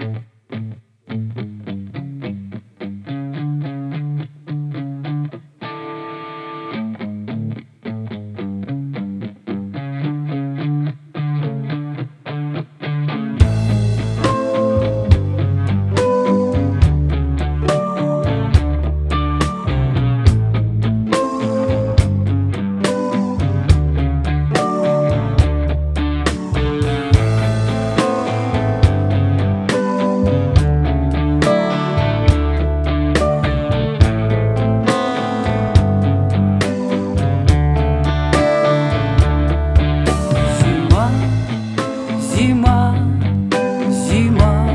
Зима, зима,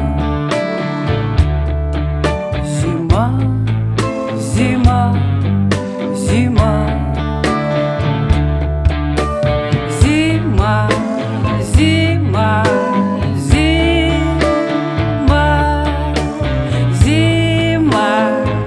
зима, зима, зима, зима, зима, зима, зима.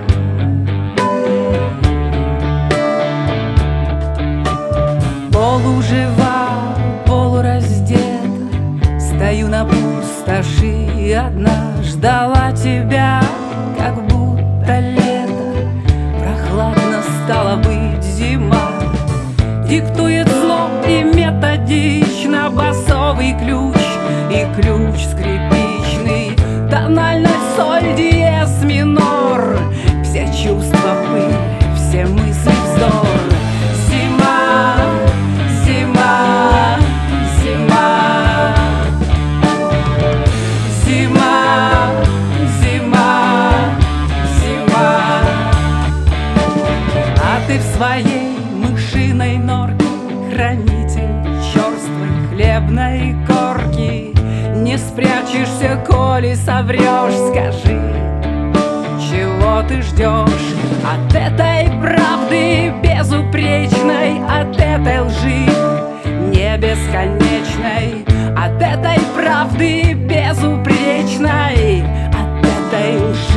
Полужива, полураздета, стою на пустоши одна, ждала тебя, как будто лето. Прохладно стало быть зима, диктует зло и методично басовый ключ и ключ скрипичный, тональность соль, диез минор. Все чувства пыль, все мысли вздор. Зима, зима, зима, зима, зима, зима. А ты в своей мышиной норке, хранитель черствой хлебной корки. Не спрячешься, коли соврешь, скажи, чего ты ждешь от этой правды безупречной, от этой лжи не бесконечной, от этой правды безупречной, от этой лжи